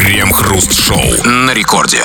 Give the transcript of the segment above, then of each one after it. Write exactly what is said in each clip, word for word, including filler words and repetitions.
Крем-хруст-шоу на рекорде.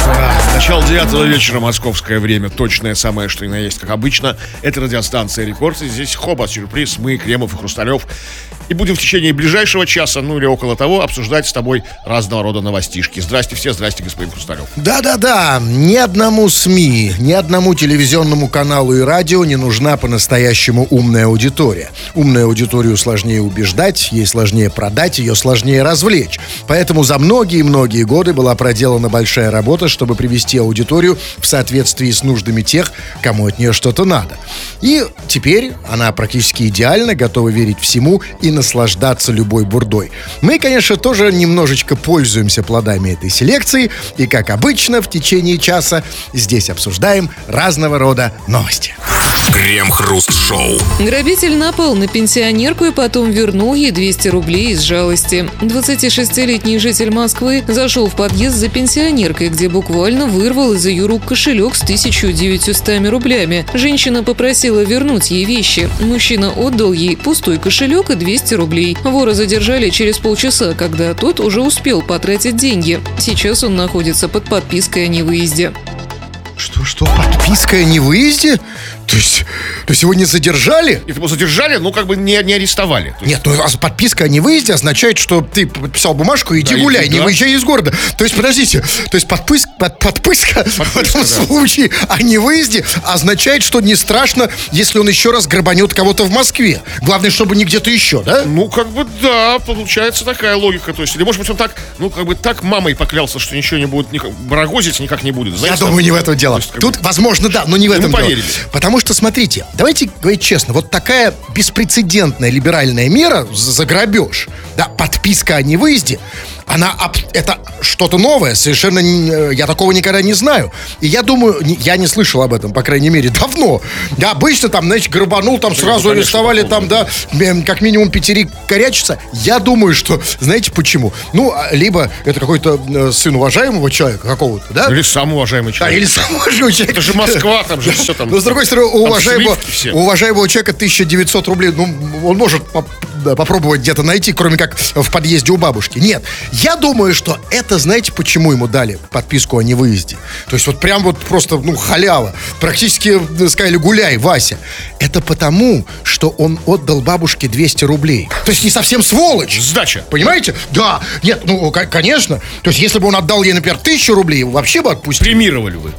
Начало девятого вечера, московское время. Точное самое, что и на есть, как обычно. Это радиостанция «Рекорд». И здесь хоба, сюрприз. Мы, Кремов и Хрусталев. И будем в течение ближайшего часа, ну или около того, обсуждать с тобой разного рода новостишки. Здрасте все, здрасте, господин Хрусталев. Да-да-да, ни одному СМИ, ни одному телевизионному каналу и радио не нужна по-настоящему умная аудитория. Умную аудиторию сложнее убеждать, ей сложнее продать, ее сложнее развлечь. Поэтому за многие-многие годы была проделана большая работа, чтобы привести аудиторию в соответствии с нуждами тех, кому от нее что-то надо. И теперь она практически идеально готова верить всему и наслаждаться любой бурдой. Мы, конечно, тоже немножечко пользуемся плодами этой селекции, и, как обычно, в течение часа здесь обсуждаем разного рода новости. Крем-хруст-шоу. Грабитель напал на пенсионерку и потом вернул ей двести рублей из жалости. двадцатишестилетний житель Москвы зашел в подъезд за пенсионеркой, где буквально вырвал из ее рук кошелек с тысяча девятьсот рублями. Женщина попросила вернуть ей вещи. Мужчина отдал ей пустой кошелек и двести рублей. Вора задержали через полчаса, когда тот уже успел потратить деньги. Сейчас он находится под подпиской о невыезде. Что-что, подписка о невыезде? То есть, то есть его не задержали? Если бы задержали, ну как бы не, не арестовали. То есть... Нет, ну а подписка о невыезде означает, что ты подписал бумажку, иди да, гуляй, иди, не да. выезжай из города. То есть, подождите, то есть подпис, под, подписка, подписка в этом да. случае о невыезде означает, что не страшно, если он еще раз грабанет кого-то в Москве. Главное, чтобы не где-то еще, да? Ну, как бы, да, получается такая логика. То есть, или, может быть, он так, ну, как бы так мамой поклялся, что ничего не будет, никак, барагозить никак не будет. Знаете, Я думаю, там, не в этом дело. есть, Тут, бы... возможно, да, но не в этом дело. Поверили. Потому что, смотрите, давайте говорить честно, вот такая беспрецедентная либеральная мера за грабеж, да, подписка о невыезде, она, это что-то новое, совершенно, я такого никогда не знаю. И я думаю, я не слышал об этом, по крайней мере, давно. Да, обычно там, знаете, грабанул, там да, сразу арестовали, там, да, как минимум пятерик корячится. Я думаю, что, знаете почему? Ну, либо это какой-то сын уважаемого человека какого-то, да? Или сам уважаемый человек. Да, или сам уважаемый человек. Это же Москва, там же все там. Но, с другой стороны, у уважаемого, у уважаемого человека тысяча девятьсот рублей, ну, он может да, попробовать где-то найти, кроме как в подъезде у бабушки. Нет. Я думаю, что это, знаете, почему ему дали подписку о невыезде? То есть вот прям вот просто, ну, халява. Практически сказали, гуляй, Вася. Это потому, что он отдал бабушке двести рублей. То есть не совсем сволочь. Сдача. Понимаете? Да. Нет, ну, конечно. То есть если бы он отдал ей, например, тысячу рублей, вообще бы отпустили. Премировали вы.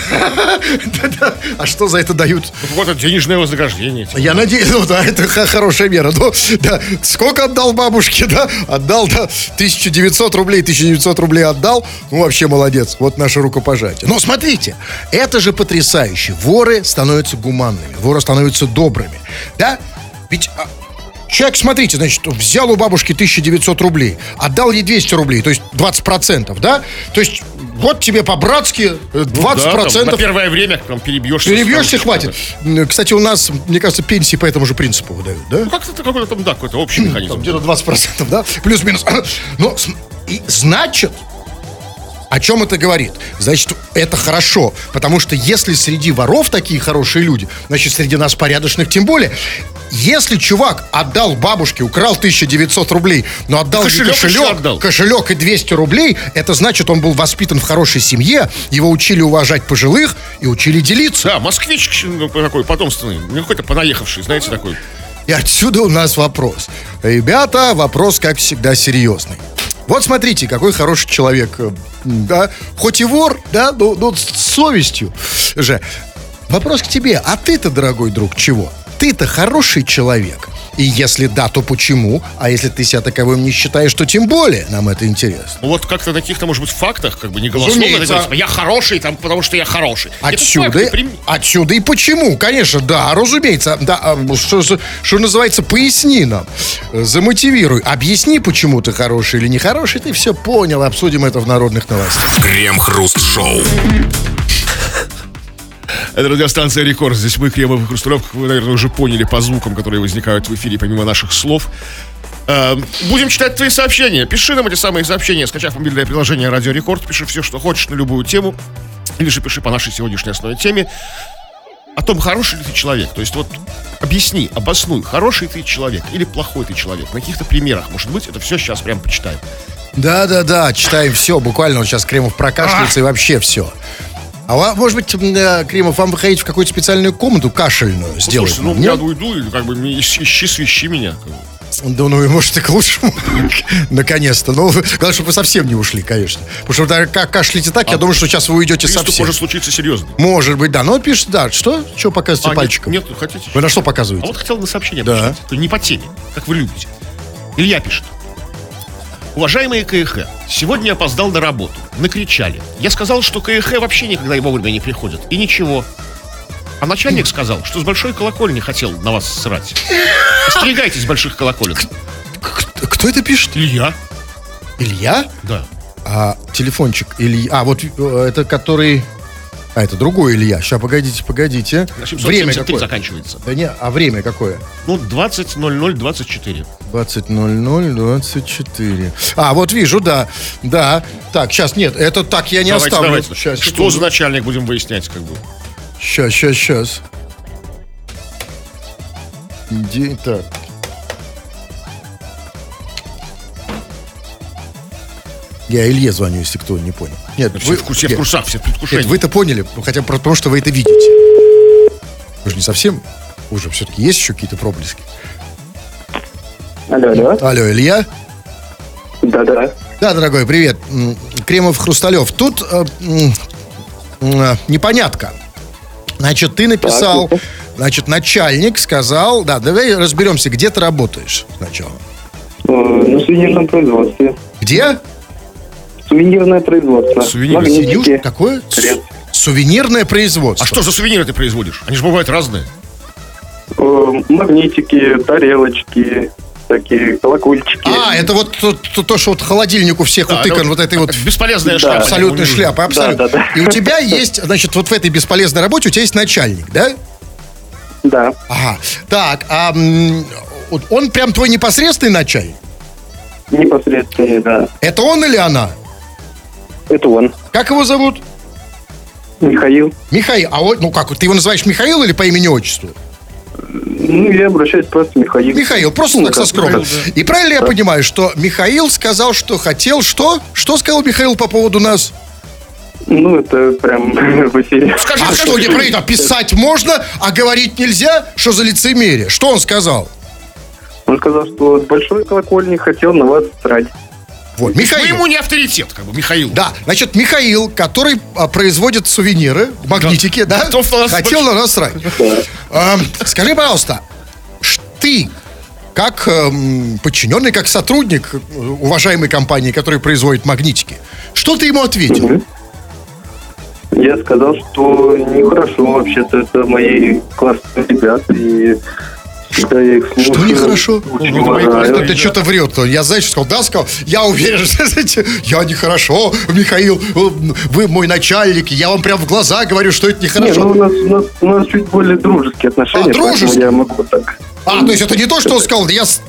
А что за это дают? Вот это денежное вознаграждение. Я надеюсь, ну да, это хорошая мера. Но, да, сколько отдал бабушке, да? Отдал, да, тысяча девятьсот рублей, тысяча девятьсот рублей отдал. Ну, вообще молодец. Вот наше рукопожатие. Но смотрите, это же потрясающе. Воры становятся гуманными, воры становятся добрыми. Да? Ведь... Человек, смотрите, значит, взял у бабушки тысяча девятьсот рублей, отдал ей двести рублей, то есть двадцать процентов, да? То есть вот тебе по-братски двадцать процентов. Ну, да, там, на первое время там, перебьешься. Перебьешься, хватит. Да. Кстати, у нас, мне кажется, пенсии по этому же принципу выдают, да? Ну, как-то какой-то там, да, какой-то общий механизм. Там где-то двадцать процентов, да? Плюс-минус. Но, и, значит... О чем это говорит? Значит, это хорошо, потому что если среди воров такие хорошие люди, значит, среди нас порядочных тем более. Если чувак отдал бабушке, украл тысяча девятьсот рублей, но отдал кошелек, кошелек, отдал. кошелек и двести рублей, это значит, он был воспитан в хорошей семье, его учили уважать пожилых и учили делиться. Да, москвич такой потомственный, какой-то понаехавший, знаете, такой. И отсюда у нас вопрос. Ребята, вопрос, как всегда, серьезный. Вот смотрите, какой хороший человек, да, хоть и вор, да, но, но с совестью же. Вопрос к тебе, а ты-то, дорогой друг, чего? Ты-то хороший человек. И если да, то почему? А если ты себя таковым не считаешь, то тем более нам это интересно. Ну вот как-то на каких-то, может быть, фактах, как бы не голословно, типа, я хороший, там, потому что я хороший. Отсюда, факты, отсюда и почему, конечно, да, разумеется, да, что, что называется, поясни нам, замотивируй, объясни, почему ты хороший или не хороший, ты все понял, обсудим это в народных новостях. Крем-хруст-шоу. Это радиостанция «Рекорд». Здесь мы, Кремов и Хрусталев, как вы, наверное, уже поняли по звукам, которые возникают в эфире, помимо наших слов. Э, будем читать твои сообщения. Пиши нам эти самые сообщения, скачав мобильное приложение «Радио Рекорд». Пиши все, что хочешь, на любую тему. Или же пиши по нашей сегодняшней основной теме о том, хороший ли ты человек. То есть вот объясни, обоснуй, хороший ты человек или плохой ты человек. На каких-то примерах, может быть, это все сейчас прям почитаем. Да-да-да, читаем все. Буквально вот сейчас Кремов прокашляется и вообще все. А ва- может быть, м, э, Кремов, вам выходить в какую-то специальную комнату кашельную сделать? Слушай, ну Нет? я уйду, и как бы ми- ищи, ищи, свищи меня. Да, ну и может и к лучшему. Наконец-то. Ну, вы- главное, чтобы вы совсем не ушли, конечно. Потому что вы так кашляете так, я думаю, что сейчас вы уйдете Приступ совсем. может случиться серьезно. Может быть, да. Но он пишет, да. Что? Что показываете А, пальчиком? Нет, нет, хотите? Вы на что А показываете? вот хотел на сообщение Да. прочитать. То есть не по теме, как вы любите. Илья пишет. Уважаемые КХ, сегодня я опоздал на работу. Накричали. Я сказал, что КХ вообще никогда и вовремя не приходят. И ничего. А начальник сказал, что с большой колокольни хотел на вас срать. Остерегайтесь больших колоколен. Кто, кто это пишет? Илья? Илья? Да. А телефончик Илья. А, вот э, это который... А, это другой Илья. Сейчас, погодите, погодите. На семьсот Время семьдесят три какое? заканчивается. Да не, а время какое? Ну, двадцать ноль ноль двадцать четыре. двадцать ноль ноль двадцать четыре. А, вот вижу, да. Да. Так, сейчас, нет, это так я не Давайте, оставлю. давайте. Сейчас, Что секунду. за начальник будем выяснять, как бы. Сейчас, сейчас, сейчас. Где так? Я Илье звоню, если кто не понял. Нет, Все, в, курсе- все в нет, курсах, все в нет, предвкушении. вы-то поняли, ну, хотя бы потому, что вы это видите. Вы же не совсем, уже все-таки есть еще какие-то проблески. Алло, алло. Алло, Илья? Да-да. Да, дорогой, привет. М, Кремов, Хрусталев. Тут э, м, м, непонятка. Значит, ты написал, Так. значит, начальник сказал, да, давай разберемся, где ты работаешь сначала. Э, На сувенирном производстве. Где? Сувенирное производство. Сувениры. Магнитики. Какое? Крест. Сувенирное производство. А что за сувениры ты производишь? Они же бывают разные. Э, Магнитики, тарелочки, такие колокольчики. А, это вот то, то- то, что вот холодильник у всех Да, утыкан это вот этой вот бесполезная Да. шляпа. абсолютной никому не шляпой. Абсолютно. Да, да, да. И у тебя есть, значит, вот в этой бесполезной работе у тебя есть начальник, да? Да. Ага. Так, а м, вот он прям твой непосредственный начальник? Непосредственно, да. Это он или она? Это он. Как его зовут? Михаил. Михаил. А вот, ну как, ты его называешь Михаил или по имени-отчеству? Ну, я обращаюсь просто Михаил. Михаил, просто Ну, так со как скромным. Михаил, И правильно я понимаю, что Михаил сказал, что хотел, что? Что сказал Михаил по поводу нас? Ну, это прям в эфире. Скажи, А скажи, что, не про это? Писать можно, а говорить нельзя? Что за лицемерие? Что он сказал? Он сказал, что с большой колокольни хотел на вас срать. Вот, Мы Михаил. ему не авторитет, как бы, Михаил. Да, значит, Михаил, который а, производит сувениры, магнитики, да, Готов на нас хотел на нас срать. А, скажи, пожалуйста, ш- ты, как эм, подчиненный, как сотрудник э, уважаемой компании, которая производит магнитики, что ты ему ответил? Мгм. Я сказал, что нехорошо вообще-то, это мои классные ребята, и всегда я их слушаю. Что нехорошо? Очень Ну, это мои уважаю. Это что-то врет. Я, знаешь, сказал, да, сказал, я уверен, что это- я нехорошо, Михаил, вы мой начальник, я вам прям в глаза говорю, что это Не, нехорошо. ну у нас, у нас, у нас чуть более дружеские отношения, А, поэтому дружеские? я могу так. А, то есть это не то, что он сказал, я... с-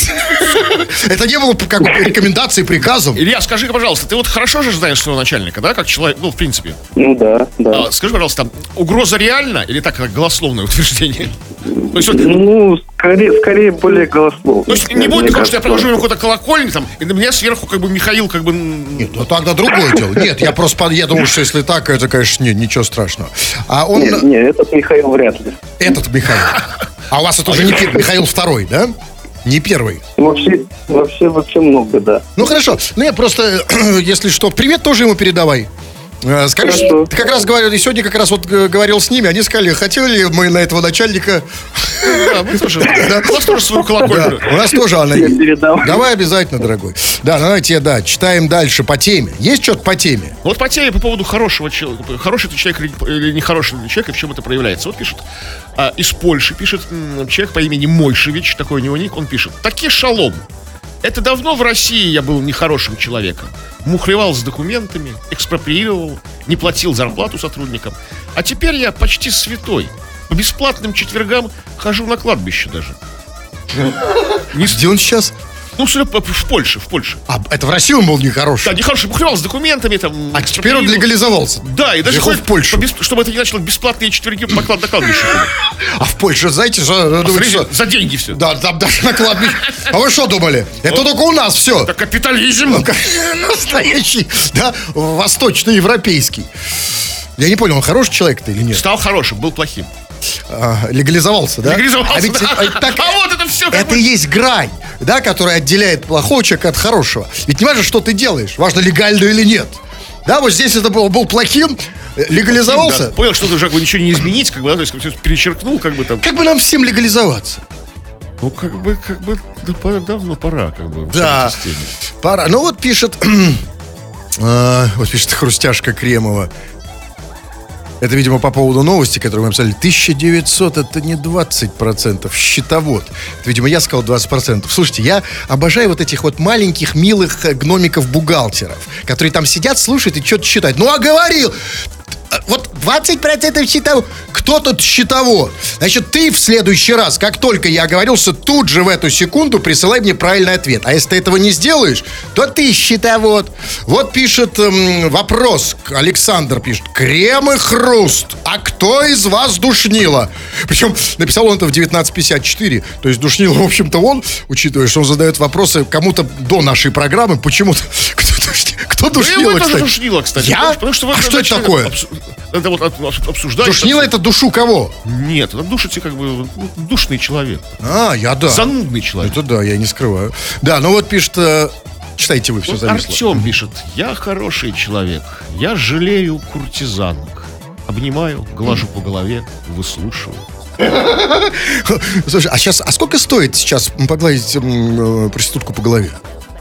Это не было как бы рекомендацией, приказом. Илья, скажи, пожалуйста, ты вот хорошо же знаешь своего начальника, да, как человек, ну, в принципе. Ну да, да. А, скажи, пожалуйста, угроза реальна или так, как голословное утверждение? То есть, вот, Ну, скорее, скорее более голословно. то есть не будет такого, что я провожу ему какой-то колокольник, там, и на меня сверху, как бы, Михаил, как бы... м, Нет, ну тогда другое дело. Нет, я просто под- я думал, что если так, это, конечно, нет, ничего страшного. А он, Не, не, этот Михаил вряд ли. этот Михаил. А у вас это уже не пер- Михаил второй, да? Не первый. Вообще, вообще, вообще много, да. Ну хорошо. Ну я просто, если что, привет тоже ему передавай. Э, Скажи, Хорошо. что- ты как раз говорил, и сегодня как раз вот э, говорил с ними, они сказали, хотели ли мы на этого начальника. Да, мы тоже. У нас тоже свою Да, колокольню. у нас тоже она Я есть. передам. Давай обязательно, дорогой. Да, давайте, да, читаем дальше по теме. Есть что-то по теме? Вот по теме по поводу хорошего человека, хороший ты человек или- или нехороший ли человек, и в чем это проявляется. Вот пишет, а, из Польши пишет м, человек по имени Мойшевич, такой у него ник, он пишет: «Таки шалом. Это давно в России я был нехорошим человеком. Мухлевал с документами, экспроприировал, не платил зарплату сотрудникам. А теперь я почти святой. По бесплатным четвергам хожу на кладбище даже». Не с- Где он сейчас? Ну, судя по- в Польше, в Польше. А это в России он был нехороший? Да, нехороший, бухревал с документами там. А теперь он легализовался. Да, и даже Ехал ходит в Польшу. по бес- чтобы это не начало бесплатные четверги по клад- на кладбище. А в Польше, знаете, что, думаете, что... За деньги все. Да, там даже на кладбище. А вы что думали? Это только у нас все. Это капитализм. Настоящий, да, восточноевропейский. Я не понял, он хороший человек-то или нет? Стал хорошим, был плохим. А, легализовался, да? Легализовался, А, ведь, да. а, так- А вот это все как это бы- и есть грань, да, которая отделяет плохого человека от хорошего. Ведь не важно, что ты делаешь, важно, легально или нет. Да, вот здесь это был, был плохим, э, легализовался. Да, понял, что ты уже как бы ничего не изменить, как бы, да, то есть как бы перечеркнул, как бы там. Как бы нам всем легализоваться? Ну, как бы, как бы, да, пора- давно пора, как бы. в Да, этой системе. пора. Ну вот пишет, а, вот пишет Хрустяшка Кремова. Это, видимо, по поводу новости, которую мы написали. тысяча девятьсот это не двадцать процентов, счетовод. Это, видимо, я сказал двадцать процентов. Слушайте, я обожаю вот этих вот маленьких, милых э, гномиков-бухгалтеров, которые там сидят, слушают и что-то считают. Ну, а говорил! Вот двадцать процентов счетовод. Кто тут счетовод? Значит, ты в следующий раз, как только я оговорился, тут же в эту секунду присылай мне правильный ответ. А если ты этого не сделаешь, то ты счетовод. Вот пишет эм, вопрос. Александр пишет. Крем и хруст. А кто из вас душнило? Причем написал он это в девятнадцать пятьдесят четыре. То есть душнило, в общем-то, он, учитывая, что он задает вопросы кому-то до нашей программы, почему-то... Кто душнило, кто Да душнило, его тоже кстати? душнило, кстати. Я? Потому что вы А что это начали такое? обсу- Это вот об- об- обсуждать. Душнило это душу кого? Нет, это душите как бы ну, душный человек. А, я да. Занудный человек. Это да, я не скрываю. Да, ну вот пишет, э, читайте вы, все Вот зависло. Артем пишет: я хороший человек, я жалею куртизанок. Обнимаю, глажу по голове, выслушиваю. Слушай, а сейчас, а сколько стоит сейчас погладить м, э, проститутку по голове?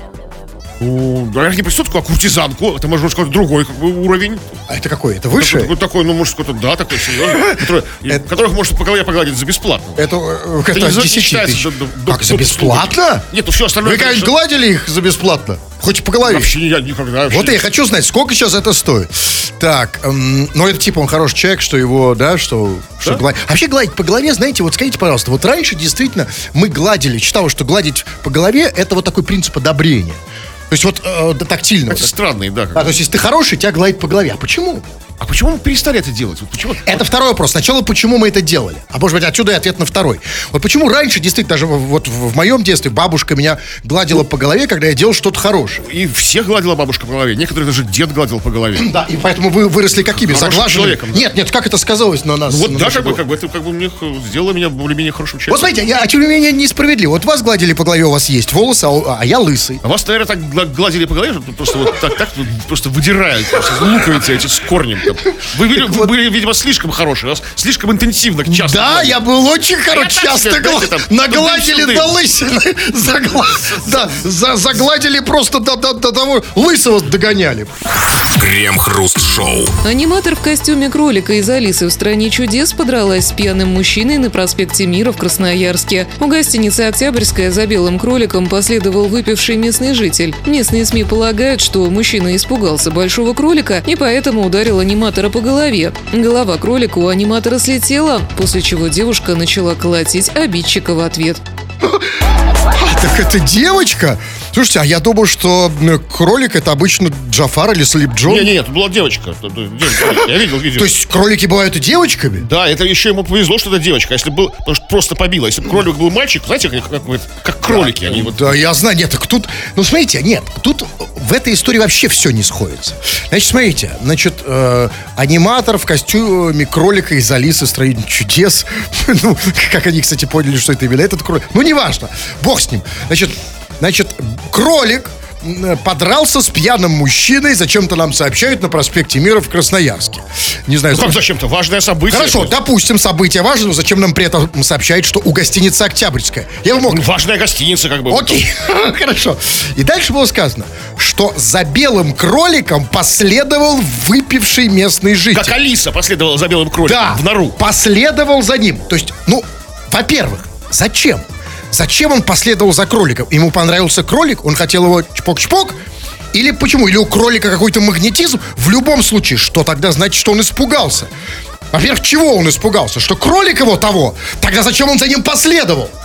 Ну, да, не проститутку, а куртизанку. Это, можно сказать, другой как бы, уровень. А это какой? Это выше? Такой, такой, ну, может, какой-то, да, такой серьезный. который- и- Которых можно по голове погладить за бесплатно. Это, э, Это это не от за- не десять считается тысяч. до- до- до- Как, за до- бесплатно? Нет, ну все остальное... Вы когда-нибудь конечно, гладили их за бесплатно? Хоть по голове? Вообще я никогда. Вообще. Вот я хочу знать, сколько сейчас это стоит. Так, эм, ну это типа он хороший человек, что его, да, что, что Да? гладить. Вообще гладить по голове, знаете, вот скажите, пожалуйста, вот раньше действительно мы гладили, читал, что гладить по голове это вот такой принцип одобрения. То есть вот э, да, тактильно. Это странный, да. как А, бы. то есть если ты хороший, тебя гладить по голове. А почему? А почему мы перестали это делать? Вот почему? Это второй вопрос. Сначала, почему мы это делали? А может быть, отсюда и ответ на второй. Вот почему раньше, действительно, даже вот в в моем детстве бабушка меня гладила по голове, когда я делал что-то хорошее. И всех гладила бабушка по голове. Некоторых даже дед гладил по голове. Да, и поэтому вы выросли какими? Хорошим Заглаженными? человеком, да. Нет, нет, как это сказалось на нас? Вот на да, нашей как бы, голове? как бы это как бы мне х- сделало меня более-менее хорошим Вот человеком. смотрите, я, а тем не менее несправедливо. Вот вас гладили по голове, у вас есть волосы, а, у- а я лысый. А вас, наверное, так гла- гладили по голове, что просто вот так, так вот просто выдираете, просто луковицы эти с корнем. Там. Вы, были, вы были, видимо, слишком хорошие, вас слишком интенсивно, часто. Да, гладили. я был очень хорош, так часто себе, гла- знаете, там, нагладили тудым-сюдым. до лысины. Загла- Да, за- загладили просто до, до- до того, лысого догоняли. Крем-хруст-шоу. Аниматор в костюме кролика из «Алисы в стране чудес» подралась с пьяным мужчиной на проспекте Мира в Красноярске. У гостиницы «Октябрьская» за белым кроликом последовал выпивший местный житель. Местные СМИ полагают, что мужчина испугался большого кролика и поэтому ударил аниматора по голове. Голова кролика у аниматора слетела, после чего девушка начала колотить обидчика в ответ. А, так это девочка? Слушайте, а я думал, что э, кролик это обычно Джафар или Слип Джон. Не, не, нет, была девочка. Это- это девочка. Я видел видео. То есть кролики бывают и девочками? Да, это еще ему повезло, что это девочка. А если бы был, потому что просто побило. Если бы кролик был мальчик, знаете, как, как, вот- как кролики, они вот. Да, я знаю, нет, так тут, ну смотрите, нет, тут в этой истории вообще все не сходится. Значит, смотрите, значит, э, аниматор в костюме кролика из «Алисы в стране чудес», ну, как они, кстати, поняли, что это именно этот кролик, ну, неважно, бог с ним. Значит, значит, кролик м, подрался с пьяным мужчиной, зачем-то нам сообщают, на проспекте Мира в Красноярске. Не знаю, Ну как зачем-то? Важное событие. Хорошо, допустим, событие важно, но зачем нам при этом сообщают, что у гостиницы «Октябрьская»? Я бы мог... Ну, важная гостиница, как бы. Окей, хорошо. И дальше было сказано, что за белым кроликом последовал выпивший местный житель. Как Алиса последовала за белым кроликом Да, в нору. последовал за ним. То есть, ну, во-первых, зачем? Зачем он последовал за кроликом? Ему понравился кролик, он хотел его чпок-чпок? Или почему? Или у кролика какой-то магнетизм? В любом случае, что тогда значит, что он испугался? Во-первых, чего он испугался? Что кролик его того? Тогда зачем он за ним последовал?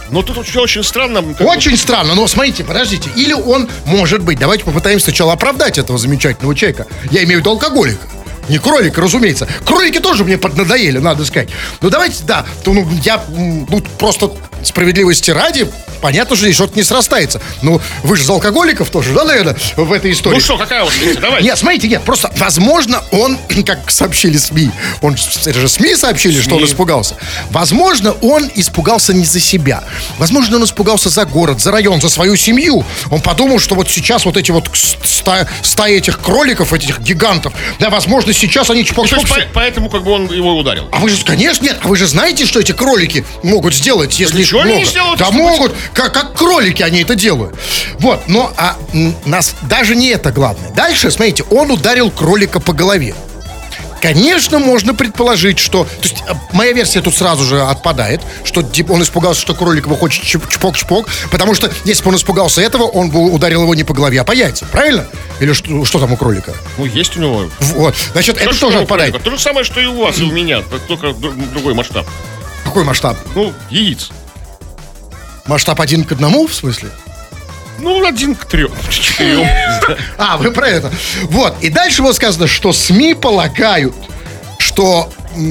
Но тут все очень странно. Очень странно, но смотрите, подождите. Или он, может быть, давайте попытаемся сначала оправдать этого замечательного человека. Я имею в виду алкоголика. Не кролика, разумеется. Кролики тоже мне поднадоели, надо сказать. Ну, давайте, да, ну, я, ну, просто справедливости ради, понятно, что здесь что-то не срастается. Ну, вы же за алкоголиков тоже, да, наверное, в этой истории? Ну что, какая вот, давай. Нет, смотрите, нет, просто, возможно, он, как сообщили СМИ, он, это же СМИ сообщили, СМИ. Что он испугался. Возможно, он испугался не за себя. Возможно, он испугался за город, за район, за свою семью. Он подумал, что вот сейчас вот эти вот ста, стаи этих кроликов, этих гигантов, да, возможно, сейчас они чпок-чпок... По- поэтому как бы он его ударил. А вы же, конечно, нет, а вы же знаете, что эти кролики могут сделать, если их много? Не сделают, да могут, как, как кролики они это делают. Вот, но а, м, нас даже не это главное. Дальше, смотрите, он ударил кролика по голове. Конечно, можно предположить, что... То есть, моя версия тут сразу же отпадает, что типа, он испугался, что кролик его хочет чпок-чпок, потому что, если бы он испугался этого, он бы ударил его не по голове, а по яйцам, правильно? Или что, что там у кролика? Ну, есть у него. Вот, значит, что это тоже отпадает. То же самое, что и у вас, и у меня, только другой масштаб. Какой масштаб? Ну, яиц. Масштаб один к одному, в смысле? Ну, один к трем. А, вы про это. Вот. И дальше вот сказано, что СМИ полагают, что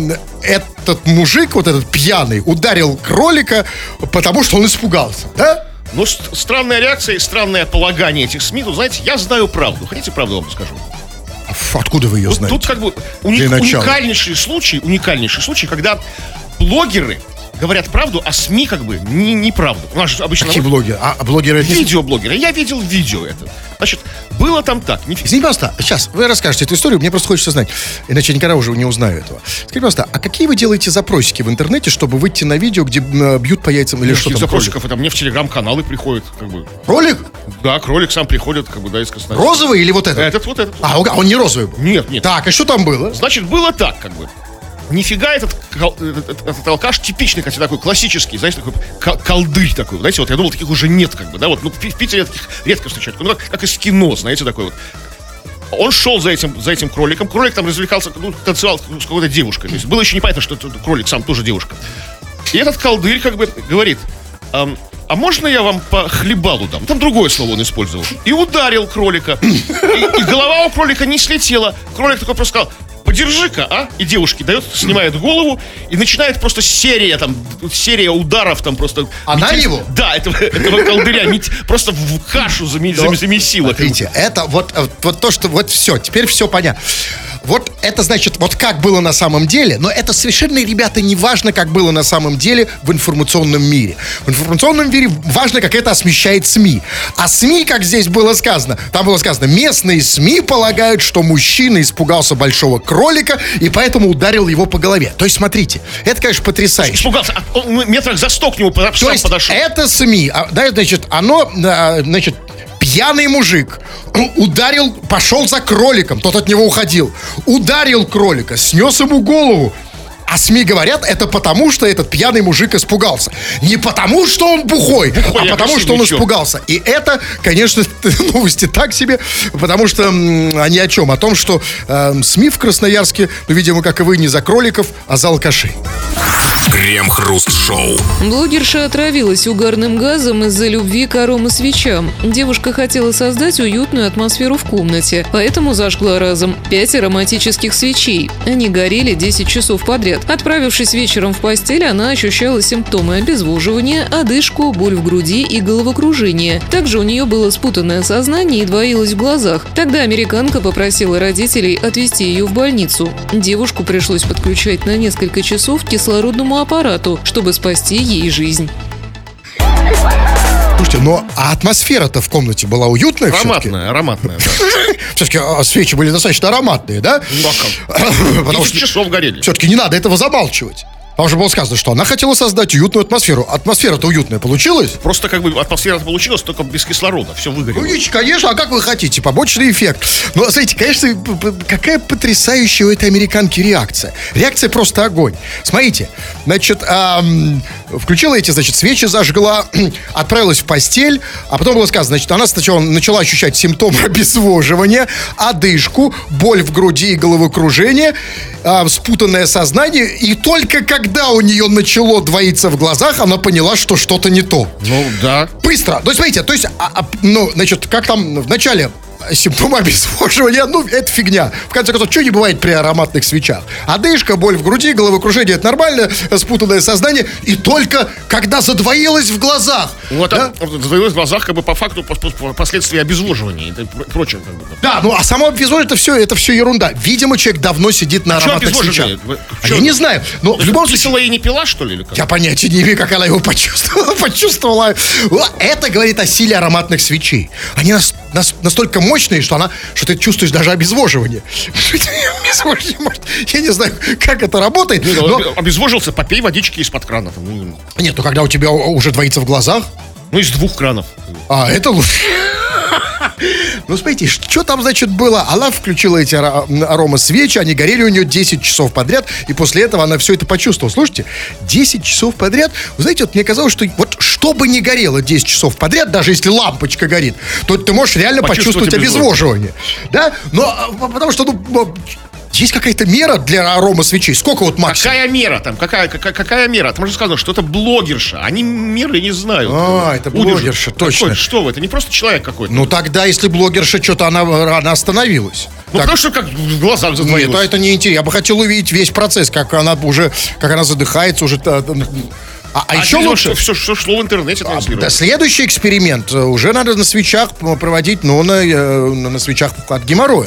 этот мужик, вот этот пьяный, ударил кролика, потому что он испугался, да? Ну, странная реакция и странное полагание этих СМИ. Тут, знаете, я знаю правду. Хотите правду вам скажу? Откуда вы ее вот знаете? Тут как бы уник, уникальнейший случай, уникальнейший случай, когда блогеры говорят правду, а СМИ как бы не, не правду. У нас же обычно... Какие блогеры? А, блогеры... Видеоблогеры. Я видел видео это. Значит, было там так. Не... Извините, пожалуйста, сейчас вы расскажете эту историю, мне просто хочется знать, иначе я никогда уже не узнаю этого. Скажите, пожалуйста, а какие вы делаете запросики в интернете, чтобы выйти на видео, где бьют по яйцам или что там? Запросиков, это мне в телеграм-каналы приходит, как бы. Кролик? Да, кролик сам приходит, как бы, да, из Красноярска. Розовый или вот этот? Этот, вот этот. А, он не розовый был? Нет, нет. Так, а что там было? Значит, было так, как бы. Нифига этот, этот, этот, этот алкаш типичный, хотя такой классический, знаете, такой колдырь такой, знаете, вот я думал, таких уже нет, как бы, да, вот, ну, в Питере таких редко встречают, ну, как, как из кино, знаете, такой вот. Он шел за этим, за этим кроликом, кролик там развлекался, ну, танцевал с какой-то девушкой, то есть было еще непонятно, что этот кролик сам тоже девушка. И этот колдырь, как бы, говорит, а, а можно я вам по хлебалу дам? Там другое слово он использовал. И ударил кролика, и, и голова у кролика не слетела, кролик такой просто сказал: подержи-ка, а? И девушке дает, снимает голову, и начинает просто серия, там, серия ударов, там просто... Она метель... его? Да, этого, этого колдыря мет... просто в кашу заме... Но, замесила. Смотрите, это вот, вот то, что... Вот все, теперь все понятно. Вот это значит, вот как было на самом деле, но это совершенно, ребята, не важно, как было на самом деле в информационном мире. В информационном мире важно, как это освещает СМИ. А СМИ, как здесь было сказано, там было сказано, местные СМИ полагают, что мужчина испугался большого кролика и поэтому ударил его по голове. То есть, смотрите, это, конечно, потрясающе. Испугался, а он метрах за сто к нему сам То есть, подошел. это СМИ, да, значит, оно, значит, пьяный мужик ударил, пошел за кроликом, тот от него уходил, ударил кролика, снес ему голову. А СМИ говорят, это потому, что этот пьяный мужик испугался. Не потому, что он бухой, бухой а потому, что он черт. испугался. И это, конечно, новости так себе, потому что м, они о чем? О том, что э, СМИ в Красноярске, ну, видимо, как и вы, не за кроликов, а за алкашей. Крем-хруст-шоу. Блогерша отравилась угарным газом из-за любви к аромасвечам. Девушка хотела создать уютную атмосферу в комнате, поэтому зажгла разом пять ароматических свечей. Они горели десять часов подряд. Отправившись вечером в постель, она ощущала симптомы обезвоживания, одышку, боль в груди и головокружение. Также у нее было спутанное сознание и двоилось в глазах. Тогда американка попросила родителей отвезти ее в больницу. Девушку пришлось подключать на несколько часов к кислородному аппарату, чтобы спасти ей жизнь. Слушайте, но а атмосфера-то в комнате была уютная ароматная, все-таки? Ароматная, да. Все-таки а, свечи были достаточно ароматные, да? Ну, а как? Потому что часов горели. Все-таки не надо этого замалчивать. Там уже было сказано, что она хотела создать уютную атмосферу. Атмосфера-то уютная получилась? Просто как бы атмосфера получилась, только без кислорода. Все выгорело. Ну, конечно, а как вы хотите? Побочный эффект. Но, знаете, конечно, какая потрясающая у этой американки реакция. Реакция просто огонь. Смотрите, значит, эм, включила эти, значит, свечи, зажгла, отправилась в постель, а потом было сказано, значит, она сначала начала ощущать симптомы обезвоживания, одышку, боль в груди и головокружение. а, спутанное сознание, и только когда у нее начало двоиться в глазах, она поняла, что что-то не то. Ну, да. Быстро. Ну, смотрите, то есть, а, а, ну, значит, как там в начале симптомы обезвоживания, ну, это фигня. В конце концов, что не бывает при ароматных свечах? Одышка, боль в груди, головокружение, это нормально, спутанное сознание. И только когда задвоилось в глазах. Вот, да? а, задвоилось в глазах, как бы, по факту, по, по, последствия обезвоживания и прочее, как бы. Да, ну, а само обезвоживание, это все, это все ерунда. Видимо, человек давно сидит на А ароматных что свечах. обезвоживание? А я не знаю, но в любом Писала случае... и не пила, что ли, или как? Я понятия не имею, как она его почувствовала. Почувствовала. Это говорит о силе ароматных свечей. Они нас, нас, настолько мощные, что она, что ты чувствуешь даже обезвоживание. Обезвоживание, может, я не знаю, как это работает. Не, но... Обезвожился, попей водички из-под крана. Там, ну, Нет, ну когда у тебя уже двоится в глазах. ну, из двух кранов. А, это лучше. Ну, смотрите, что там, значит, было? Она включила эти аромасвечи, они горели у нее десять часов подряд, и после этого она все это почувствовала. Слушайте, десять часов подряд, вы знаете, вот мне казалось, что вот что бы ни горело десять часов подряд, даже если лампочка горит, то ты можешь реально почувствовать, почувствовать обезвоживание. Да? Но, потому что, ну... Есть какая-то мера для аромасвечей? Сколько вот максимум? Какая мера там? Какая, какая, какая мера? Там же сказано, что это блогерша. Они меры не знают. А, это блогерша, точно. Какой, что вы? Это не просто человек какой-то. Ну тогда, если блогерша, что-то она рано остановилась. Ну, так, потому что как в глазах задвоилось. Нет, это не интересно. Я бы хотел увидеть весь процесс, как она уже, как она задыхается уже. А, а, а еще лучше... Все, что шло в интернете транслировать. Да, следующий эксперимент. Уже надо на свечах проводить, но на, на свечах от геморроя.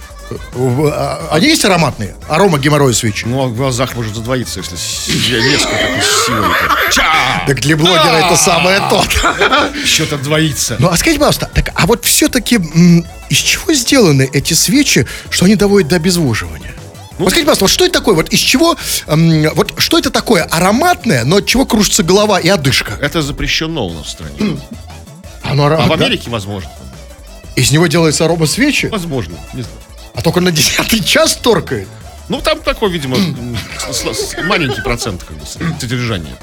Они есть ароматные? Арома геморроя свечи? Ну, а в глазах может задвоиться, если резко такой силой. Так для блогера это самое то. Что-то двоится. Ну, а скажите, пожалуйста, так, а вот все-таки из чего сделаны эти свечи, что они доводят до обезвоживания? Вот скажите, пожалуйста, вот что это такое? Вот из чего, эм, вот что это такое ароматное, но от чего кружится голова и одышка? Это запрещено у нас в стране. Оно, а да? в Америке возможно. Из него делается аромасвечи? Возможно, не знаю. А только на десятый час торкает? Ну, там такой, видимо, маленький процент как бы, содержания.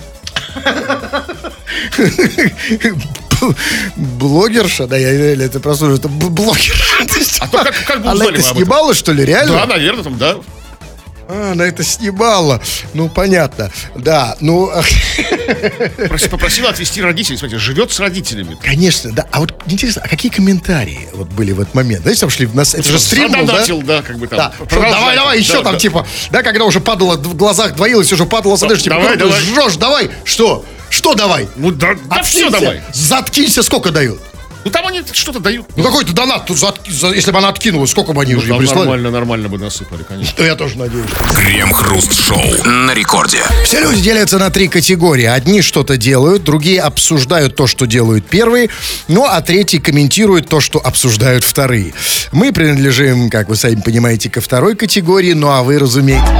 Блогерша, да, я это просто это блогерша. А то как, как бы она это снимала, что ли, реально? Да, наверное, там, да. А, она это снимала. Ну, понятно. Да, ну... Попросила отвезти родителей. Смотрите, живет с родителями. Конечно, да. А вот интересно, а какие комментарии вот были в этот момент? Знаете, там шли в нас... Это же стрим был, да? да, как бы там. Да. Давай, давай, еще да, там, да. типа... Да, когда уже падало, в глазах двоилось, уже падало, смотришь, типа, давай, давай. жжешь, давай. Что? Что давай? Ну, да, да все давай. Заткнься, сколько дают? Ну, там они что-то дают. Ну, какой-то донат, тут за, за, если бы она откинулась, сколько бы они ну, уже не прислали? Нормально, нормально бы насыпали, конечно. Да я тоже надеюсь. Крем-хруст-шоу на рекорде. Все люди делятся на три категории. Одни что-то делают, другие обсуждают то, что делают первые, ну, а третьи комментируют то, что обсуждают вторые. Мы принадлежим, как вы сами понимаете, ко второй категории, ну, а вы, разумеете...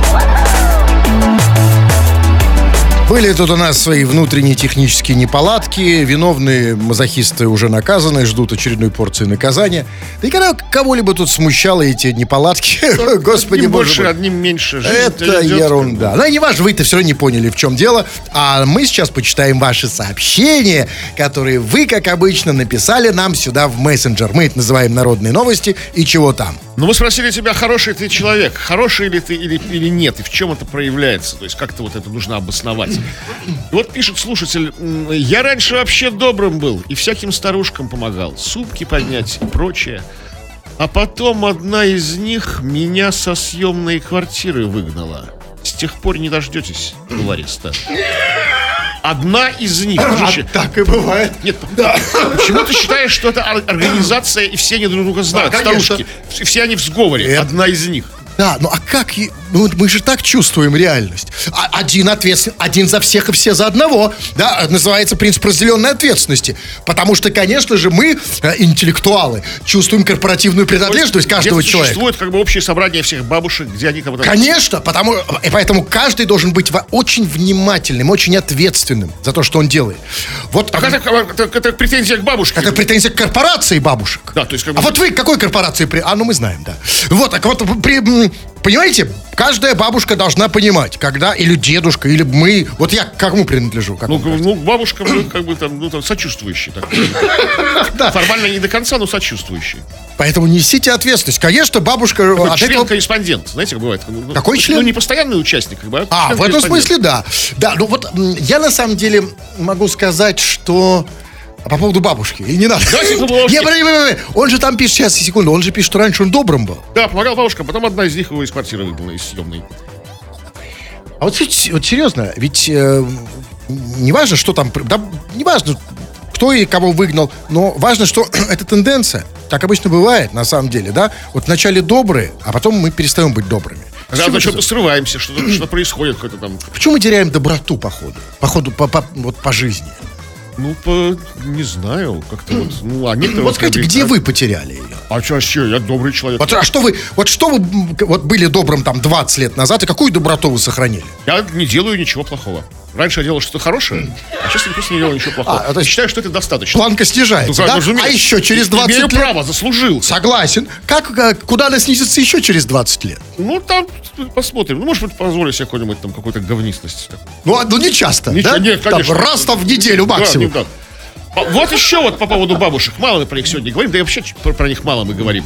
Были тут у нас свои внутренние технические неполадки. Виновные мазохисты уже наказаны, ждут очередной порции наказания. Да и когда кого-либо тут смущало эти неполадки, господи одним боже больше, мой. одним меньше. Жизнь Это ерунда. Ну и не важно, вы-то все равно не поняли, в чем дело. А мы сейчас почитаем ваши сообщения, которые вы, как обычно, написали нам сюда в мессенджер. Мы это называем народные новости и чего там. Ну, мы спросили тебя, хороший ты человек, хороший ли ты или, или нет, и в чем это проявляется. То есть как-то вот это нужно обосновать. И вот пишет слушатель: я раньше вообще добрым был и всяким старушкам помогал, сумки поднять и прочее. А потом одна из них меня со съемной квартиры выгнала. С тех пор не дождетесь ареста. Одна из них. А так и бывает. Нет, да. Почему ты считаешь, что это организация и все они друг друга знают? Да, старушки. Все они в сговоре. Это... Одна из них. Да, ну а как? Ну, мы же так чувствуем реальность. Один ответственен, один за всех и все за одного. Да, называется принцип разделенной ответственности. Потому что, конечно же, мы, интеллектуалы, чувствуем корпоративную принадлежность каждого человека. Существует как бы общее собрание всех бабушек, где они кого-то... Конечно, потому, и поэтому каждый должен быть очень внимательным, очень ответственным за то, что он делает. Вот, а это, это, это претензия к бабушке. Это претензия к корпорации бабушек. Да, то есть как бы... А вот вы к какой корпорации... При... А, ну мы знаем, да. Вот, так вот при... понимаете, каждая бабушка должна понимать, когда, или дедушка, или мы, вот я к кому принадлежу? Как Ну, вам кажется? ну, бабушка, ну, как бы там, ну, там, сочувствующий. Так. Формально не до конца, но сочувствующий. Поэтому несите ответственность. Конечно, бабушка... Такой от этого- член-корреспондент, знаете, как бывает. Ну, Какой ну, член? Ну, не постоянный участник, как бы, А, в этом член-корреспондент. смысле, да. Да, ну вот м, я на самом деле могу сказать, что... А по поводу бабушки, и не надо. Давайте по поводу Не, подожди, подожди, подожди. Он же там пишет, сейчас, секунду, он же пишет, что раньше он добрым был. Да, помогал бабушка, потом одна из них его из квартиры выгнала, из съемной. А вот, с- вот серьезно, ведь э, не важно, что там, да, не важно, кто и кого выгнал, но важно, что это тенденция. Так обычно бывает, на самом деле, да? Вот вначале добрые, а потом мы перестаем быть добрыми. С Когда чего на это что-то за- срываемся, что-то что происходит, какое-то там. Почему мы теряем доброту по ходу? По ходу, по, по- вот по жизни. Ну, по, не знаю, как-то вот. Ну, а некоторые Вот скажите, как бы, где а- вы потеряли ее? А что, что, я добрый человек. Вот, а что вы, вот что вы м, вот были добрым там двадцать лет назад, и какую доброту вы сохранили? Я не делаю ничего плохого. Раньше я делал что-то хорошее, а сейчас я просто не делаю ничего плохого. А, то есть- Считаю, что это достаточно. Планка снижается, Ну, да? разумеется. А еще через двадцать Имею лет... право, заслужил. Согласен. Как, э, куда она снизится еще через двадцать лет? Ну, там посмотрим. Ну, может быть, позволю себе какой-нибудь там какую-то говнистость. Ну, а- ну не часто, Ничего, да? нет, Там конечно. раз там в неделю Да, максимум. не так. А Вот еще вот по поводу бабушек. Мало мы про них сегодня говорим, да и вообще про, про них мало мы говорим.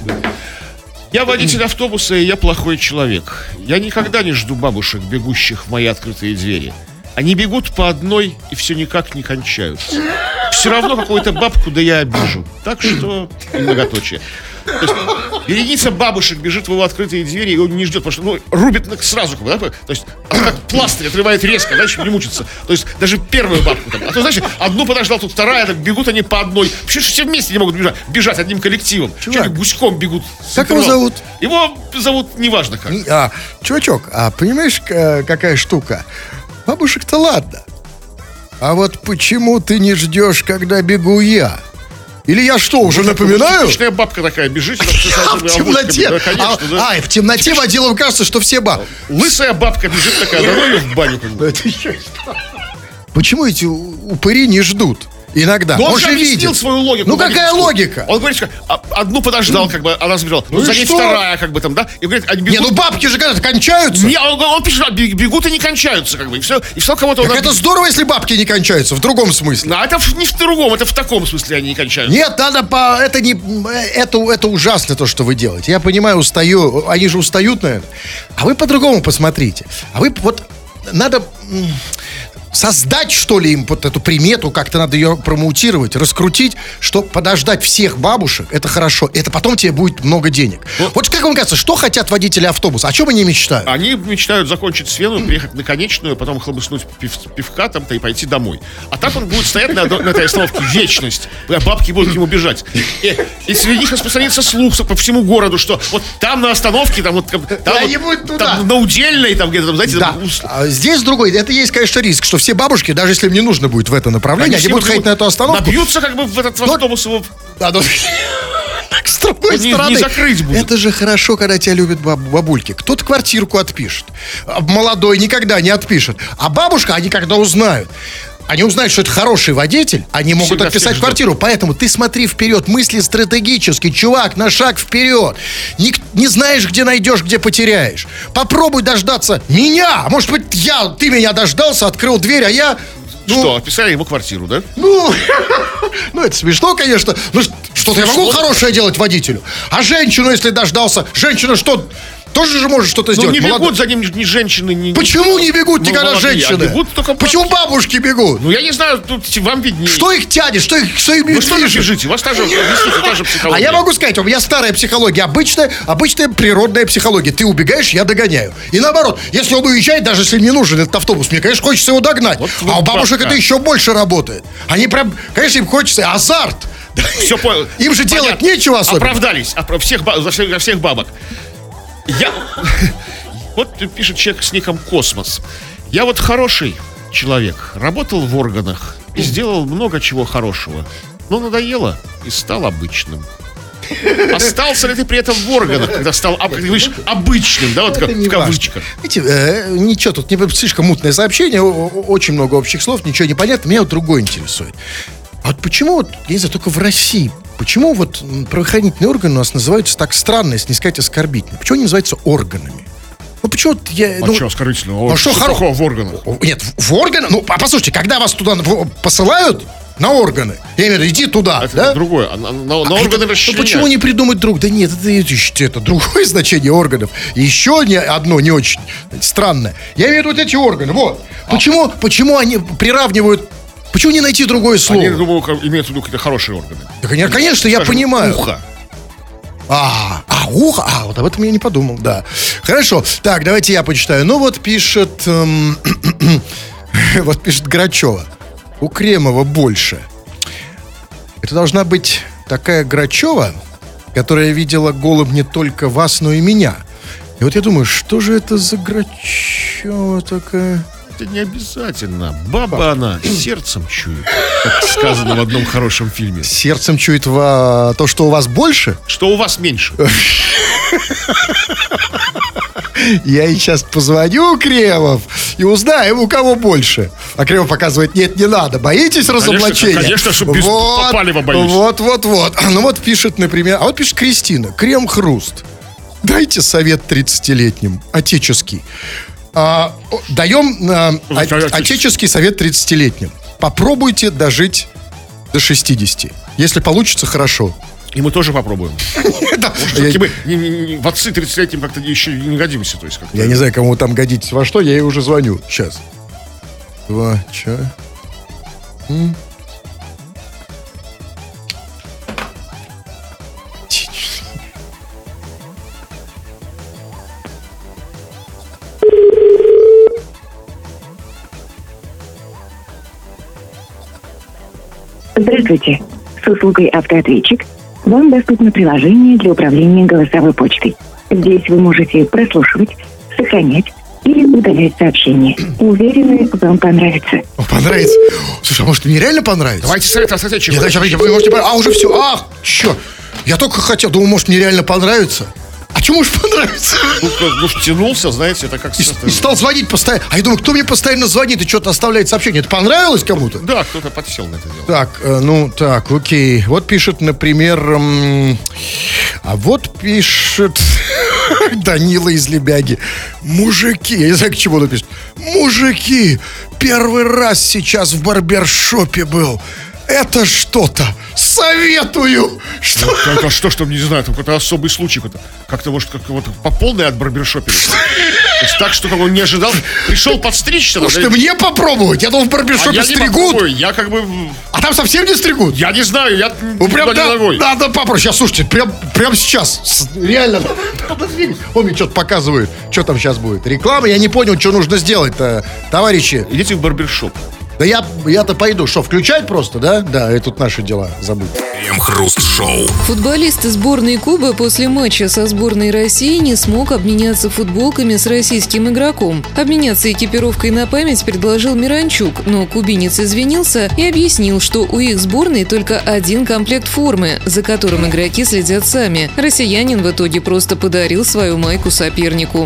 Я водитель автобуса, и я плохой человек. Я никогда не жду бабушек, бегущих в мои открытые двери. Они бегут по одной и все никак не кончаются. Все равно какую-то бабку, да я обижу. Так что многоточие. То есть вереница бабушек бежит в его открытые двери, и он не ждет, потому что ну, рубит на- сразу, как бы, да? То есть она как пластырь отрывает резко, дальше не мучится. То есть даже первую бабку там. А то, знаешь, одну подождал, тут вторая, так бегут они по одной. Вообще все вместе не могут бежать, бежать одним коллективом. Чувак. Чуть ли гуськом бегут. с Как его интервалом. зовут? Его зовут неважно как. А, чувачок, а понимаешь, к- какая штука? Бабушек-то ладно. А вот почему ты не ждешь, когда бегу я? Или я что, уже напоминаю? Типичная бабка такая бежит. А в темноте, Да, конечно, а, да. а, и в темноте водилам кажется, что все бабы. Лысая бабка бежит такая, давай ее в баню. как бы. Это еще что? Почему эти у- упыри не ждут? Иногда. Но он Он же же объяснил видит. свою логику. Ну какая логическую. логика? Он говорит, что а, одну подождал, как бы она забежала. Ну, Ну и за ней что? вторая, как бы там, да? И говорит, они Не, бегут. ну бабки же когда-то кончаются. Не, он, он пишет, а, бег- бегут и не кончаются, как бы. И все, и все кого-то. Так он это обидел. здорово, если бабки не кончаются, в другом смысле. А это в- не в другом, это в таком смысле они не кончаются. Нет, надо по... Это не... Это, это ужасно то, что вы делаете. Я понимаю, устаю. Они же устают, наверное. А вы по-другому посмотрите. А вы вот... Надо... м, создать, что ли, им вот эту примету, как-то надо ее промоутировать, раскрутить, что подождать всех бабушек, это хорошо. Это потом тебе будет много денег. Вот как вам кажется, что хотят водители автобуса? О чем они мечтают? Они мечтают закончить смену, приехать на конечную, потом хлобыснуть пив- пивка там-то и пойти домой. А так он будет стоять на, одной- на этой остановке вечность. А бабки будут к нему бежать. И, и среди них распространится слух по всему городу, что вот там на остановке, там вот там, Да вот, не будет туда. там на Удельной, там где-то там, знаете, Да. там, ус- А здесь другой. Это есть, конечно, риск, что все бабушки, даже если им не нужно будет в это направление, они все будут ходить на эту остановку. Набьются как бы в этот в Но- автобус его. Да, ну, так, с другой Не- не стороны, закрыть будут. это же хорошо, когда тебя любят баб- бабульки. Кто-то квартирку отпишет. А молодой никогда не отпишет. А бабушка, они когда узнают, они узнают, что это хороший водитель, они могут Всегда отписать всех ждут. квартиру. Поэтому ты смотри вперед, мысли стратегически, чувак, на шаг вперед. Не, не знаешь, где найдешь, где потеряешь. Попробуй дождаться меня. А может быть, я, ты меня дождался, открыл дверь, а я... ну, Что, описали ему квартиру, да? ну, ну, это смешно, конечно. Ну, ш- что-то я могу хорошее делать водителю. А женщину, если дождался, женщина что, тоже же может что-то Ну, сделать? не Молодой- бегут за ним ни, ни женщины, ни... Почему не бегут Ну, никогда молодые, а женщины? бегут только Почему бабушки бегут? Ну, я не знаю, тут вам виднее. Что их тянет? Что их, что им Вы что же движет? бежите? У вас та же, объясните, та же психология. А я могу сказать, у меня старая психология, обычная, обычная природная психология. Ты убегаешь, я догоняю. И наоборот, если он уезжает, даже если мне нужен этот автобус, мне, конечно, хочется его догнать. Вот а у вот бабушек бабка. это еще больше работает. Они прям, конечно, им хочется азарт. Все понял. Им же делать Понятно. нечего особенно. Оправдались. Опра- всех, ба- за, всех, за всех бабок. Я... Вот пишет человек с ником Космос. Я вот хороший человек. Работал в органах и сделал много чего хорошего. Но надоело и стал обычным. Остался ли ты при этом в органах, когда стал, об- как ты говоришь, обычным, да, вот как, Это не в кавычках? важно. Видите, э, ничего, тут не слишком мутное сообщение, о- о- очень много общих слов, ничего не понятно. Меня вот другое интересует. А вот почему, вот, я не знаю, только в России, почему вот правоохранительные органы у нас называются так странно, если не сказать оскорбительно? Почему они называются органами? Ну, почему вот я... А ну, что оскорбительного? а что хоро- такого в органах? Нет, в органы? Ну, а послушайте, когда вас туда в- посылают на органы, я имею в виду, иди туда, Это да? другое. А на, на- на А органы это- ну, расчленяют. почему не придумать друг? Да нет, это, это, это другое значение органов. И еще не, одно не очень странное. Я имею в виду вот эти органы. Вот. Почему, почему они приравнивают... Почему не найти другое слово? Они, думаю, как- имеют в виду какие-то хорошие органы. Да, конечно, конечно, я Скажем, понимаю. ухо. А, а, ухо, а, вот об этом я не подумал, да. Хорошо, так, давайте я почитаю. Ну, вот пишет, эм, вот пишет Грачева. У Кремова больше. Это должна быть такая Грачева, которая видела голым не только вас, но и меня. И вот я думаю, что же это за Грачева такая? Это не обязательно. Баба она сердцем чует, как сказано в одном хорошем фильме. Сердцем чует ва- то, что у вас больше? Что у вас меньше. Я ей сейчас позвоню, Кремов, и узнаю, у кого больше. А Кремов показывает, нет, не надо. Боитесь разоблачения? Конечно, чтобы без вот, Попалева боюсь. Вот, вот, вот. Ну вот пишет, например, а вот пишет Кристина. Крем-хруст. Дайте совет тридцатилетним, отеческий. А, о, даем а, о- отеческий совет тридцатилетним. Попробуйте дожить до шестидесяти. Если получится, хорошо. И мы тоже попробуем. Да. Все-таки мы не- не- не- в отцы тридцатилетним как-то еще не годимся. То есть как-то. Я не знаю, кому вы там годитесь во что, я ей уже звоню. Сейчас. Два, чё? М? Здравствуйте. С услугой «Автоответчик» вам доступно приложение для управления голосовой почтой. Здесь вы можете прослушивать, сохранять или удалять сообщения. Уверены, вам понравится. О, понравится. Слушай, а может мне реально понравится? Давайте совет остаточек. Нет, подождите, вы можете... А, уже все. Ах, чё? Я только хотел, думал, может мне реально понравится. А чё может понравиться? Ну, ну, втянулся, знаете, это как... И, и стал звонить постоянно. А я думаю, кто мне постоянно звонит и что-то оставляет сообщение? Это понравилось кому-то? Да, кто-то подсел на это дело. Так, э, ну, так, окей. Вот пишет, например... м, а вот пишет... Данила из Лебяги. Мужики, я не знаю, к чему он пишет. Мужики, первый раз сейчас в барбершопе был. Это что-то. Советую. Что? Ну, это что, что, не знаю, это какой-то особый случай. Как-то, как-то может, как вот по полной от барбершопера. То есть так, что он не ожидал. Пришел подстричься. Может, и мне попробовать? Я думал, в барбершопе а я не стригут. попробую, я как бы... А там совсем не стригут? Я не знаю, я Ну, прям никуда не да, ногой. надо попроще. Сейчас, слушайте, прям, прям сейчас. С- Реально. Надо двигать. Он мне что-то показывает. Что там сейчас будет? Реклама? Я не понял, что нужно сделать-то, товарищи. Идите в барбершоп. Да я, я-то пойду. Что, включать просто, да? Да, это тут наши дела. Забудь. Крем-хруст-шоу. Футболист сборной Кубы после матча со сборной России не смог обменяться футболками с российским игроком. Обменяться экипировкой на память предложил Миранчук, но кубинец извинился и объяснил, что у их сборной только один комплект формы, за которым игроки следят сами. Россиянин в итоге просто подарил свою майку сопернику.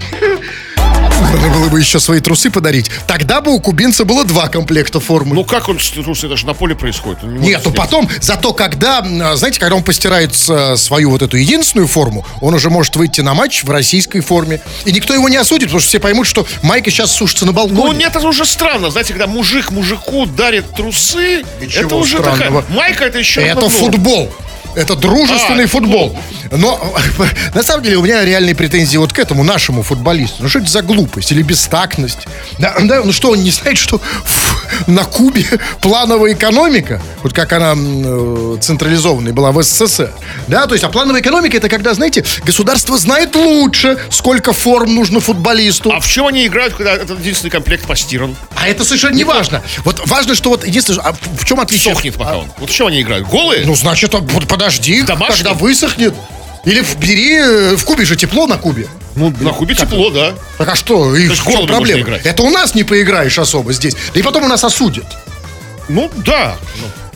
Надо было бы еще свои трусы подарить. Тогда бы у кубинца было два комплекта формы. Ну как он, слушай, это же на поле происходит. Он не может Нет, ну сидеть. потом, зато когда, м, знаете, когда он постирает э, свою вот эту единственную форму, он уже может выйти на матч в российской форме. И никто его не осудит, потому что все поймут, что майка сейчас сушится на балконе. Ну нет, это уже странно. Знаете, когда мужик мужику дарит трусы, Ничего это уже странного. такая... Майка это еще... Это одно. футбол. Это дружественный А, футбол. Но на самом деле у меня реальные претензии вот к этому нашему футболисту. Ну что это за глупость или бестактность? Да, да, ну что, он не знает, что в- на Кубе плановая экономика, вот как она м, э, централизованная была в СССР. Да, то есть, а плановая экономика это когда, знаете, государство знает лучше, сколько форм нужно футболисту. А в чем они играют, когда этот единственный комплект постиран? А это совершенно не важно. Вот важно, что вот единственное, а в чем отличие? Сохнет пока он. Вот в чем они играют? Голые? Ну, значит, а, вот подожди, Домашний? когда высохнет. Или в- бери, э, в Кубе же тепло на Кубе. ну, на Кубе тепло, да. Так а что, и есть в чем голыми проблема? можно играть. Это у нас не поиграешь особо здесь. Да и потом у нас осудят. Ну, да.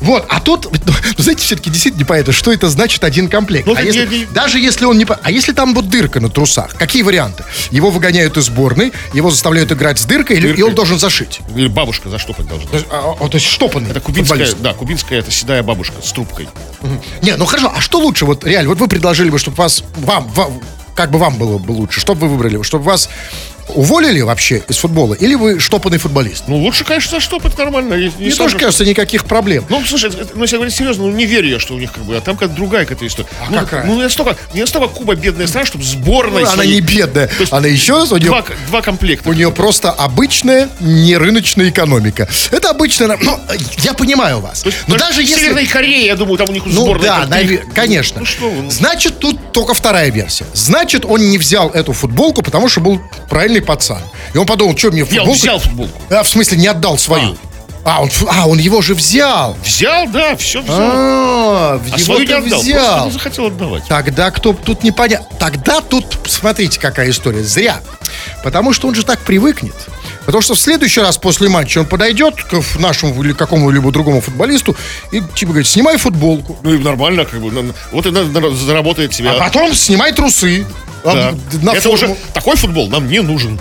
Вот, а тут, ну, знаете, все-таки действительно непонятно, что это значит один комплект. Ну, а это если, не- не- даже если он не... по- А если там вот дырка на трусах, какие варианты? Его выгоняют из сборной, его заставляют играть с дыркой, или, и Дыркой. он должен зашить? Или бабушка заштопать должна. То есть, а, а, то есть штопанный Это кубинская, футболист. да, кубинская, это седая бабушка с трубкой. Не, ну хорошо, а что лучше? Вот реально, вот вы предложили бы, чтобы вас, вам, вам, как бы вам было бы лучше, что бы вы выбрали? Чтобы вас уволили вообще из футбола, или вы штопанный футболист? Ну, лучше, конечно, заштопать нормально. Не, не Мне сам тоже же- кажется, никаких проблем. Ну, слушай, это- ну, если говорить серьезно, ну, не верю я, что у них как бы, а там как другая какая-то история. А ну, какая? Ну, не настолько, не настолько Куба бедная страна, чтобы сборная Ну, она своей- не бедная, То есть она еще раз, у нее, Два, два комплекта. у нее просто обычная нерыночная экономика. Это обычная, ну, я понимаю вас. То есть Но даже даже в если... Северной Корее, я думаю, там у них Ну сборная. да, как наве- их- конечно. Ну что вы, ну. Значит, тут только вторая версия. Значит, он не взял эту футболку, потому что был правильный пацан. И он подумал, что мне Не, он футболку... взял футболку. А, в смысле, не отдал свою. А, он, ф- а, он его же взял. Взял, да, все взял. А, А его свою не ты отдал, просто взял. не захотел отдавать. Тогда кто тут непонятно. Тогда тут, смотрите, какая история. Зря. Потому что он же так привыкнет. Потому что в следующий раз после матча он подойдет к нашему или какому-либо другому футболисту и типа говорит, снимай футболку. Ну и нормально, как бы. на- Вот и на- на- заработает себе. А потом снимай трусы. Да. А, на Это форму. уже такой футбол нам не нужен.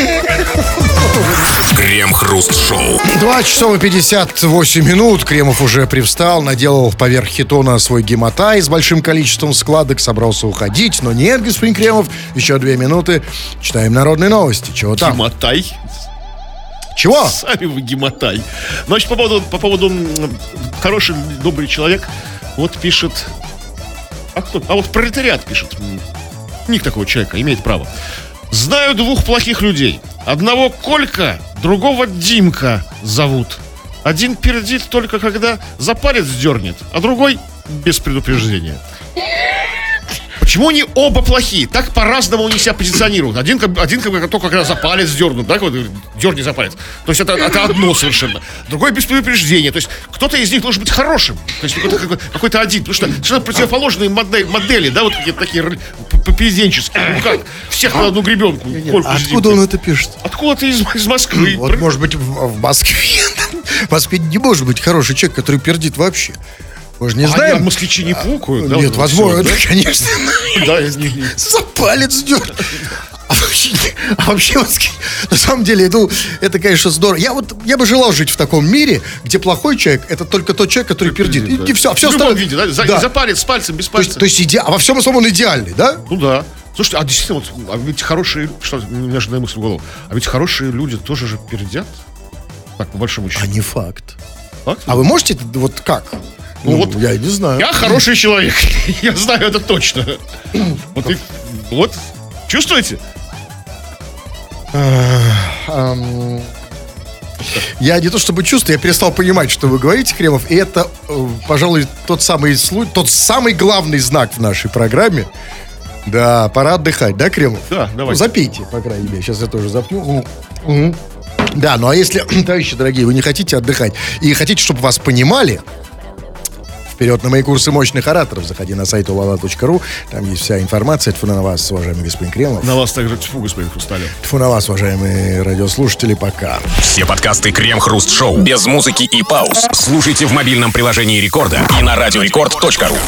Крем-хруст-шоу. два часа пятьдесят восемь минут. Кремов уже привстал, наделал поверх хитона свой гемотай с большим количеством складок, собрался уходить. Но нет, господин Кремов, еще две минуты. Читаем народные новости. Чего там? Гемотай. Чего? Сами вы гемотай. Значит, по поводу, по поводу м, хороший, добрый человек. Вот пишет... А кто? А вот пролетариат пишет. М, Ник такого человека имеет право. Знаю двух плохих людей. Одного Колька, другого Димка зовут. Один пердит только когда за палец дернет, а другой без предупреждения. Почему они оба плохие? Так по-разному они себя позиционируют. Один, как- один как бы только когда за палец дернут, да, вот, дерни за палец. То есть это, это одно совершенно. Другой без предупреждения. То есть кто-то из них должен быть хорошим. То есть какой-то, какой- какой-то один. Потому что совершенно противоположные модель, модели, да, вот какие-то такие р- п- п- поведенческие. Ну как? Всех на одну гребенку. Кольку с Откуда Димкой. он это пишет? Откуда-то из, из Москвы. Вот, может быть, в, в Москве. В Москве не может быть хороший человек, который пердит вообще. Мы же не А знаем. они москвичи не пукают, да, Нет, вот возможно, всё, это, конечно. Да, из них не- За палец дер. А вообще, а вообще, вот, на самом деле, ну, это, конечно, здорово. Я вот, я бы желал жить в таком мире, где плохой человек — это только тот человек, который пердит. И, и все, а все В любом остальное... виде, да? За, Да. за палец, с пальцем, без То есть, пальца. то есть иде... а во всем остальном он идеальный, да? Ну да. Слушайте, а действительно, вот, а ведь хорошие, что, у меня же мысль в голову, а ведь хорошие люди тоже же пердят? Так, по большому счету. А не факт. Факт? А вы можете, вот как? Ну, вот я не знаю. Я хороший человек, я знаю это точно. Вот, и- вот, чувствуете? Ам, Я не то чтобы чувствую, я перестал понимать, что вы говорите, Кремов. И это, э, пожалуй, тот самый, слу- тот самый главный знак в нашей программе. Да, пора отдыхать, да, Кремов? Да, давайте. Ну, запейте, по крайней мере. Сейчас я тоже запью. Мгм. Да, ну а если, товарищи дорогие, вы не хотите отдыхать и хотите, чтобы вас понимали, вперед на мои курсы мощных ораторов. Заходи на сайт улала точка ру. Там есть вся информация. Тьфу на вас, уважаемый господин Кремов. На вас также тьфу, господин Хрусталев. Тьфу на вас, уважаемые радиослушатели. Пока. Все подкасты Крем-хруст-шоу без музыки и пауз слушайте в мобильном приложении Рекорда и на радиорекорд точка ру.